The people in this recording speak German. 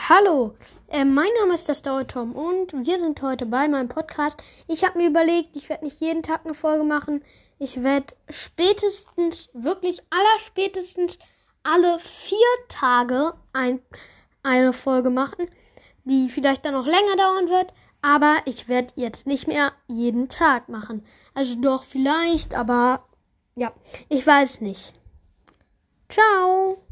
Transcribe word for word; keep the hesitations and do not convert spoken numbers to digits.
Hallo, äh, mein Name ist das Dauertom und wir sind heute bei meinem Podcast. Ich habe mir überlegt, ich werde nicht jeden Tag eine Folge machen. Ich werde spätestens, wirklich allerspätestens alle vier Tage ein, eine Folge machen, die vielleicht dann noch länger dauern wird. Aber ich werde jetzt nicht mehr jeden Tag machen. Also doch vielleicht, aber ja, ich weiß nicht. Ciao.